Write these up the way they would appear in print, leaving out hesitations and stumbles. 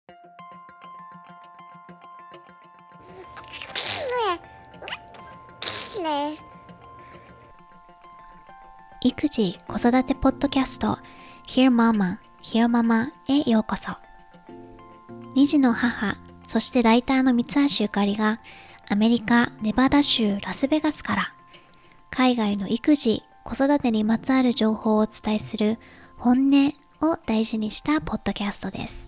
育児・子育てポッドキャスト Hear Mama, Hear Mama へようこそ。2児の母、そしてライターの三橋ゆかりがアメリカ・ネバダ州ラスベガスから海外の育児・子育てにまつわる情報をお伝えする本音を大事にしたポッドキャストです。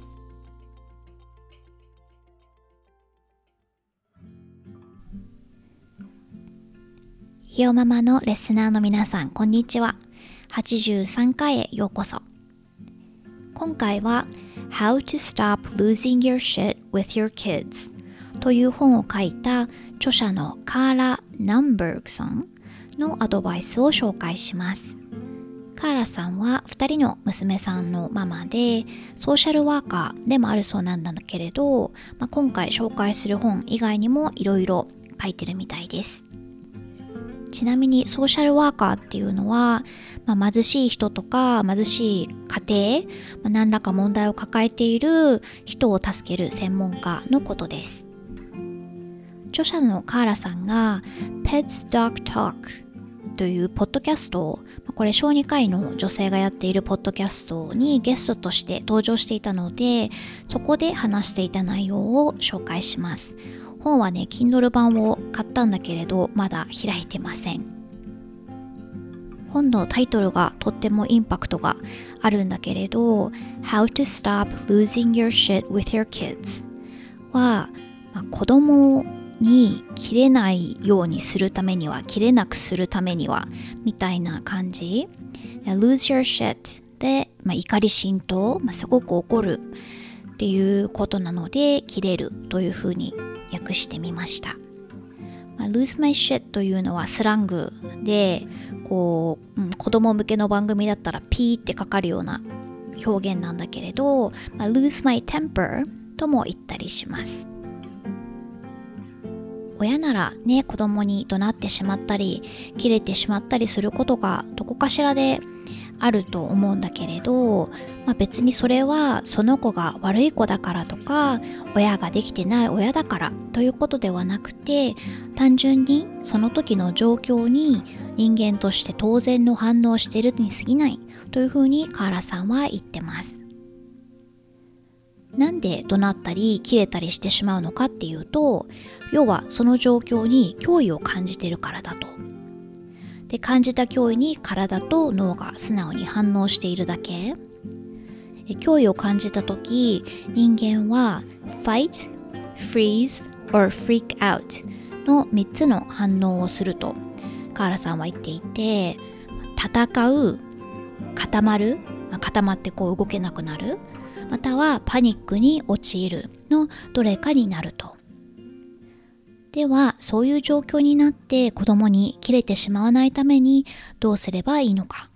ひよママのリスナーの皆さん、こんにちは。83回へようこそ。今回は How to Stop Losing Your Shit with Your Kids という本を書いた著者のカーラ・ナンバーグさんのアドバイスを紹介します。カーラさんは2人の娘さんのママでソーシャルワーカーでもあるそうなんだけれど、今回紹介する本以外にもいろいろ書いてるみたいです。ちなみにソーシャルワーカーっていうのは、貧しい人とか貧しい家庭、何らか問題を抱えている人を助ける専門家のことです。著者のカーラさんが Pets Dog Talk というポッドキャストを、これ小児科医の女性がやっているポッドキャストにゲストとして登場していたので、そこで話していた内容を紹介します。本はね、Kindle 版を買ったんだけれど、まだ開いてません。本のタイトルがとってもインパクトがあるんだけれど、How to Stop Losing Your Shit with Your Kids は、子供に切れないようにするためには、切れなくするためには、みたいな感じ。Lose your shit で、怒り心頭、すごく怒るっていうことなので、切れるというふうに訳してみました。Lose my shit というのはスラングで、子供向けの番組だったらピーってかかるような表現なんだけれど、lose my temper とも言ったりします。親ならね、子供に怒鳴ってしまったり切れてしまったりすることがどこかしらであると思うんだけれど、別にそれはその子が悪い子だからとか、親ができてない親だからということではなくて、単純にその時の状況に人間として当然の反応をしているに過ぎないというふうにカーラさんは言ってます。なんで怒鳴ったり切れたりしてしまうのかっていうと、要はその状況に脅威を感じているからだと。で、感じた脅威に体と脳が素直に反応しているだけ。脅威を感じたとき、人間は Fight, Freeze, or Freak Out の3つの反応をするとカーラさんは言っていて、戦う、固まる、固まって動けなくなる、またはパニックに陥るのどれかになると。では、そういう状況になって子供に切れてしまわないためにどうすればいいのか。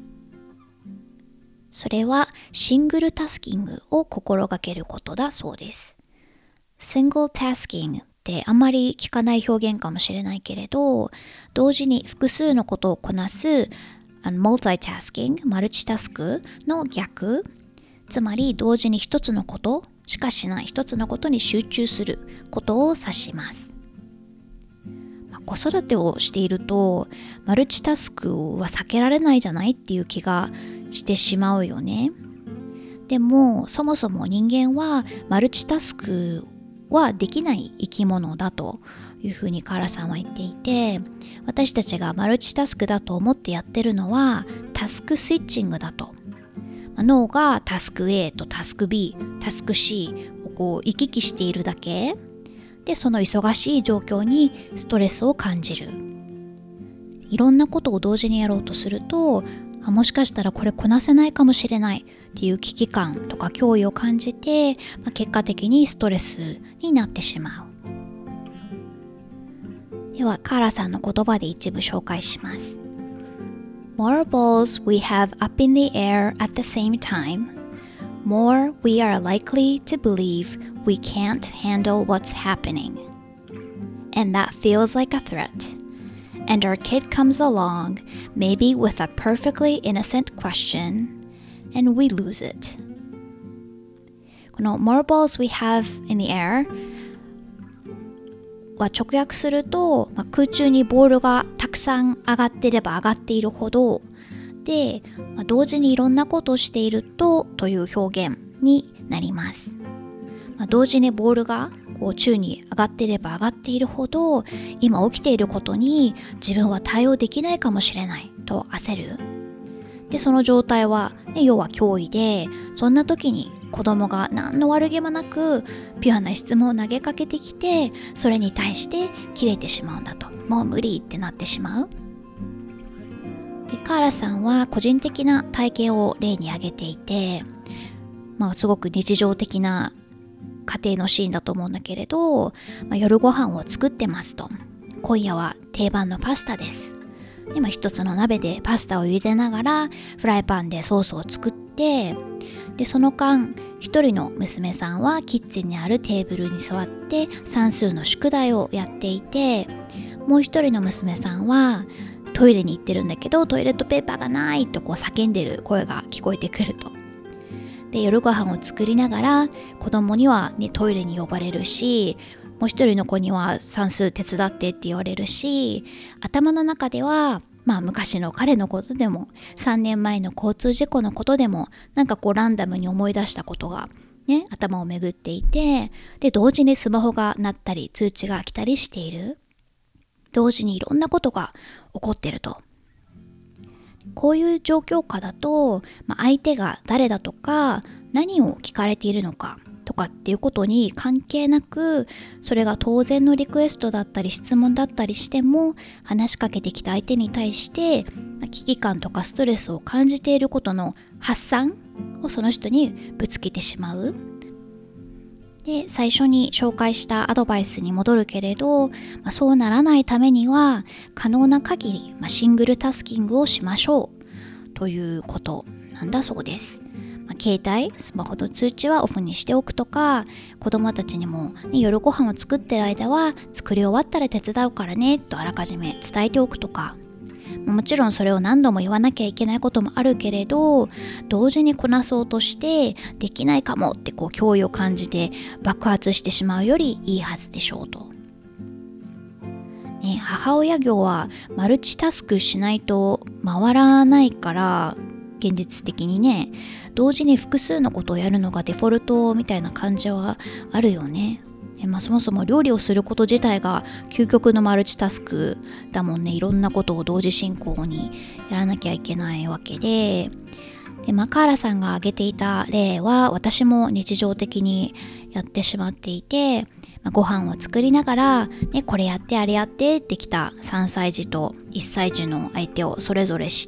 それはシングルタスキングを心がけることだそうです。シングルタスキングってあんまり聞かない表現かもしれないけれど、同時に複数のことをこなすモルティタスキング、マルチタスクの逆、つまり同時に一つのことしかしない、一つのことに集中することを指します。子育てをしているとマルチタスクは避けられないじゃないっていう気がしてしまうよね。でもそもそも人間はマルチタスクはできない生き物だというふうにカーラさんは言っていて、私たちがマルチタスクだと思ってやってるのはタスクスイッチングだと。脳がタスク A とタスク B、タスク C を行き来しているだけで、その忙しい状況にストレスを感じる。いろんなことを同時にやろうとすると、もしかしたらこれこなせないかもしれないっていう危機感とか脅威を感じて、結果的にストレスになってしまう。ではカーラさんの言葉で一部紹介します。More balls we have up in the air at the same time, more we are likely to believe we can't handle what's happening. And that feels like a threat. And our kid comes along, maybe with a perfectly innocent question, and we lose it. この Marbles we have in the air は直訳すると、空中にボールがたくさん上がっていれば上がっているほどで、同時にいろんなことをしているという表現になります。同時にボールが宙に上がっていれば上がっているほど今起きていることに自分は対応できないかもしれないと焦る。でその状態は、要は脅威で、そんな時に子供が何の悪気もなくピュアな質問を投げかけてきて、それに対して切れてしまうんだと、もう無理ってなってしまう。でカーラさんは個人的な体験を例に挙げていて、すごく日常的な家庭のシーンだと思うんだけれど、夜ご飯を作ってますと。今夜は定番のパスタです。で、一つの鍋でパスタを茹でながらフライパンでソースを作って、でその間一人の娘さんはキッチンにあるテーブルに座って算数の宿題をやっていて、もう一人の娘さんはトイレに行ってるんだけどトイレットペーパーがないと叫んでる声が聞こえてくると。で夜ご飯を作りながら子供には、トイレに呼ばれるし、もう一人の子には算数手伝ってって言われるし、頭の中では昔の彼のことでも3年前の交通事故のことでもランダムに思い出したことが頭を巡っていて、で同時にスマホが鳴ったり通知が来たりしている。同時にいろんなことが起こっていると。こういう状況下だと、相手が誰だとか何を聞かれているのかとかっていうことに関係なく、それが当然のリクエストだったり質問だったりしても、話しかけてきた相手に対して危機感とかストレスを感じていることの発散をその人にぶつけてしまう。で最初に紹介したアドバイスに戻るけれど、そうならないためには可能な限り、シングルタスキングをしましょうということなんだそうです。携帯、スマホの通知はオフにしておくとか、子供たちにも、夜ご飯を作ってる間は作り終わったら手伝うからねとあらかじめ伝えておくとか、もちろんそれを何度も言わなきゃいけないこともあるけれど、同時にこなそうとしてできないかもって脅威を感じて爆発してしまうよりいいはずでしょうと。母親業はマルチタスクしないと回らないから、現実的に同時に複数のことをやるのがデフォルトみたいな感じはあるよね。そもそも料理をすること自体が究極のマルチタスクだもんね。いろんなことを同時進行にやらなきゃいけないわけで、カーラさんが挙げていた例は私も日常的にやってしまっていて、ご飯を作りながら、これやってあれやってってきた3歳児と1歳児の相手をそれぞれして、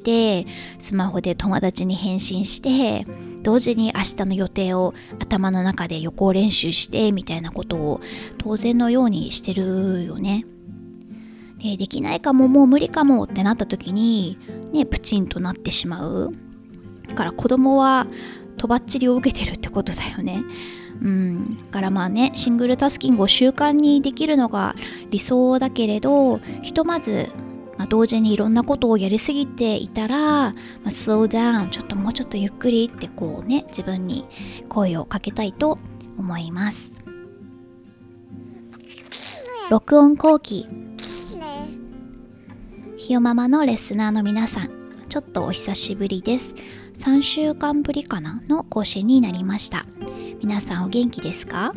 スマホで友達に返信して、同時に明日の予定を頭の中で予行練習してみたいなことを当然のようにしてるよね。できないかも、もう無理かもってなった時にプチンとなってしまう。だから子供はとばっちりを受けてるってことだよね。だからシングルタスキングを習慣にできるのが理想だけれど、ひとまず同時にいろんなことをやりすぎていたら、slow down、もうちょっとゆっくりって自分に声をかけたいと思います。録音後期、ひよママのレスナーの皆さん、ちょっとお久しぶりです。3週間ぶりかなの更新になりました。皆さんお元気ですか？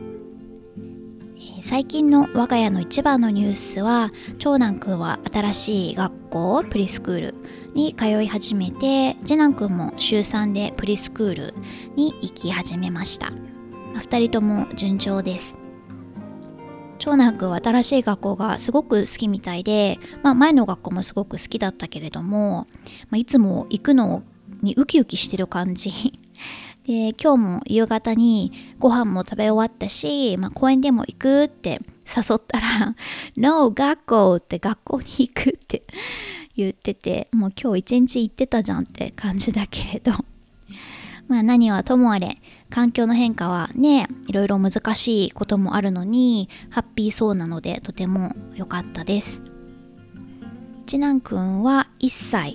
最近の我が家の一番のニュースは、長男くんは新しい学校プリスクールに通い始めて、次男くんも週3でプリスクールに行き始めました。2人とも順調です。長男くんは新しい学校がすごく好きみたいで、前の学校もすごく好きだったけれども、いつも行くのにウキウキしてる感じで、今日も夕方にご飯も食べ終わったし、公園でも行くって誘ったらNo 学校って学校に行くって言ってて、もう今日一日行ってたじゃんって感じだけれど何はともあれ環境の変化はいろいろ難しいこともあるのにハッピーそうなのでとても良かったです。次男くんは1歳、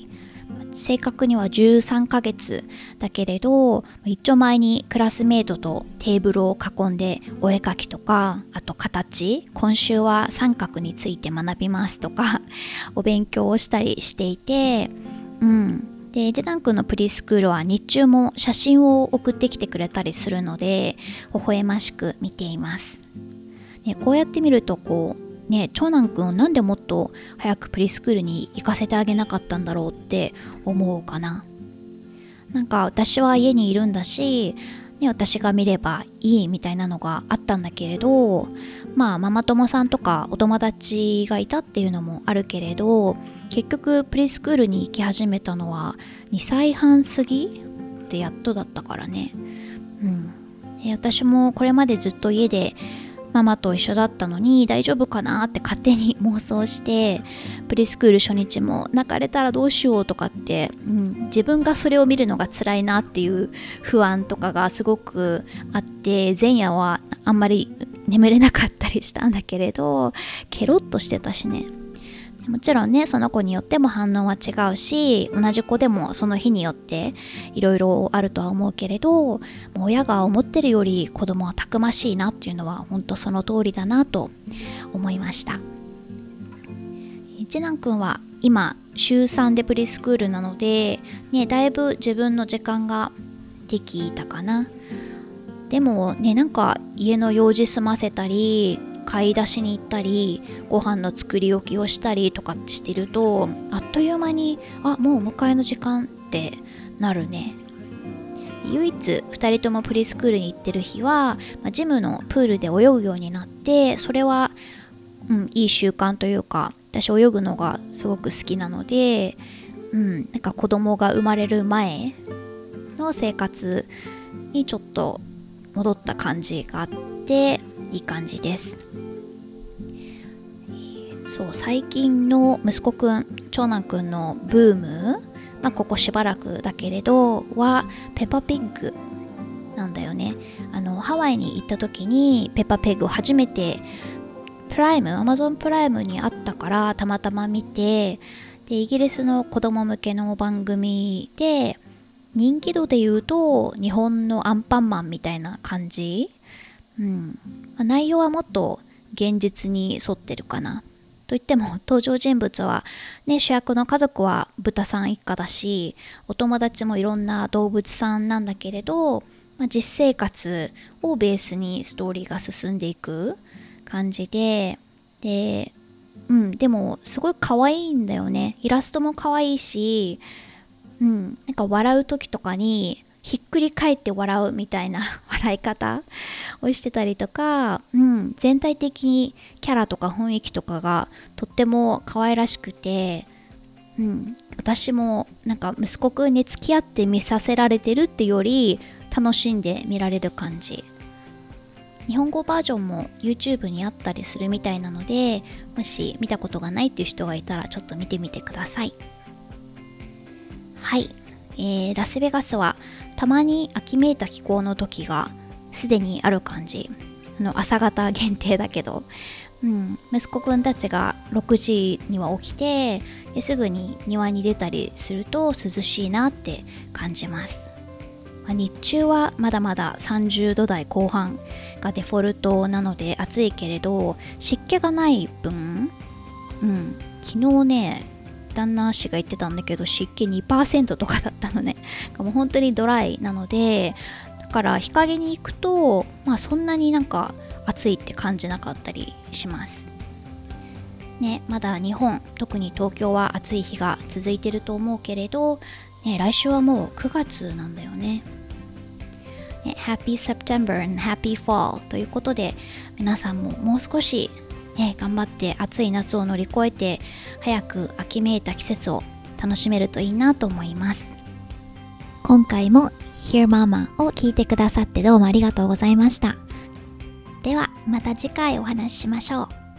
正確には13ヶ月だけれど、一丁前にクラスメートとテーブルを囲んでお絵描きとか、あと形、今週は三角について学びますとかお勉強をしたりしていて、でジェダン君のプリスクールは日中も写真を送ってきてくれたりするので微笑ましく見ています、こうやって見ると長男くんなんでもっと早くプリスクールに行かせてあげなかったんだろうって思うかな。なんか私は家にいるんだし、私が見ればいいみたいなのがあったんだけれど、ママ友さんとかお友達がいたっていうのもあるけれど、結局プリスクールに行き始めたのは2歳半過ぎでやっとだったからね。で私もこれまでずっと家でママと一緒だったのに大丈夫かなって勝手に妄想して、プリスクール初日も泣かれたらどうしようとかって、自分がそれを見るのが辛いなっていう不安とかがすごくあって、前夜はあんまり眠れなかったりしたんだけれど、ケロッとしてたしね。もちろんね、その子によっても反応は違うし、同じ子でもその日によっていろいろあるとは思うけれど、親が思ってるより子供はたくましいなっていうのは本当その通りだなと思いました。次男くんは今週3でプリスクールなので、だいぶ自分の時間ができたかな。でもね、なんか家の用事済ませたり買い出しに行ったりご飯の作り置きをしたりとかしてると、あっという間にもうお迎えの時間ってなるね。唯一2人ともプリスクールに行ってる日は、ジムのプールで泳ぐようになって、それは、いい習慣というか、私泳ぐのがすごく好きなので、なんか子供が生まれる前の生活にちょっと戻った感じがあっていい感じです。最近の息子くん、長男くんのブーム、ここしばらくだけれどはペッパピッグなんだよね。ハワイに行った時にペッパピッグを初めてアマゾンプライムにあったからたまたま見て、でイギリスの子供向けの番組で、人気度で言うと日本のアンパンマンみたいな感じ、内容はもっと現実に沿ってるかな。といっても登場人物は主役の家族は豚さん一家だし、お友達もいろんな動物さんなんだけれど、実生活をベースにストーリーが進んでいく感じで、でもすごい可愛いんだよね。イラストも可愛いし、なんか笑う時とかにひっくり返って笑うみたいな笑い方をしてたりとか、全体的にキャラとか雰囲気とかがとっても可愛らしくて、私もなんか息子くんに付き合って見させられてるってより楽しんで見られる感じ。日本語バージョンも YouTube にあったりするみたいなので、もし見たことがないっていう人がいたらちょっと見てみてください。はい、ラスベガスはたまに秋めいた気候の時がすでにある感じ。朝方限定だけど、息子くんたちが6時には起きて、ですぐに庭に出たりすると涼しいなって感じます。日中はまだまだ30度台後半がデフォルトなので暑いけれど、湿気がない分、昨日ね旦那氏が言ってたんだけど、湿気 2% とかだったのね。もう本当にドライなので、だから日陰に行くとそんなになんか暑いって感じなかったりしますね。まだ日本、特に東京は暑い日が続いてると思うけれど、来週はもう9月なんだよね。Happy September and Happy Fall ということで、皆さんももう少し頑張って暑い夏を乗り越えて、早く秋めいた季節を楽しめるといいなと思います。今回も Hear Mama を聞いてくださってどうもありがとうございました。ではまた次回お話ししましょう。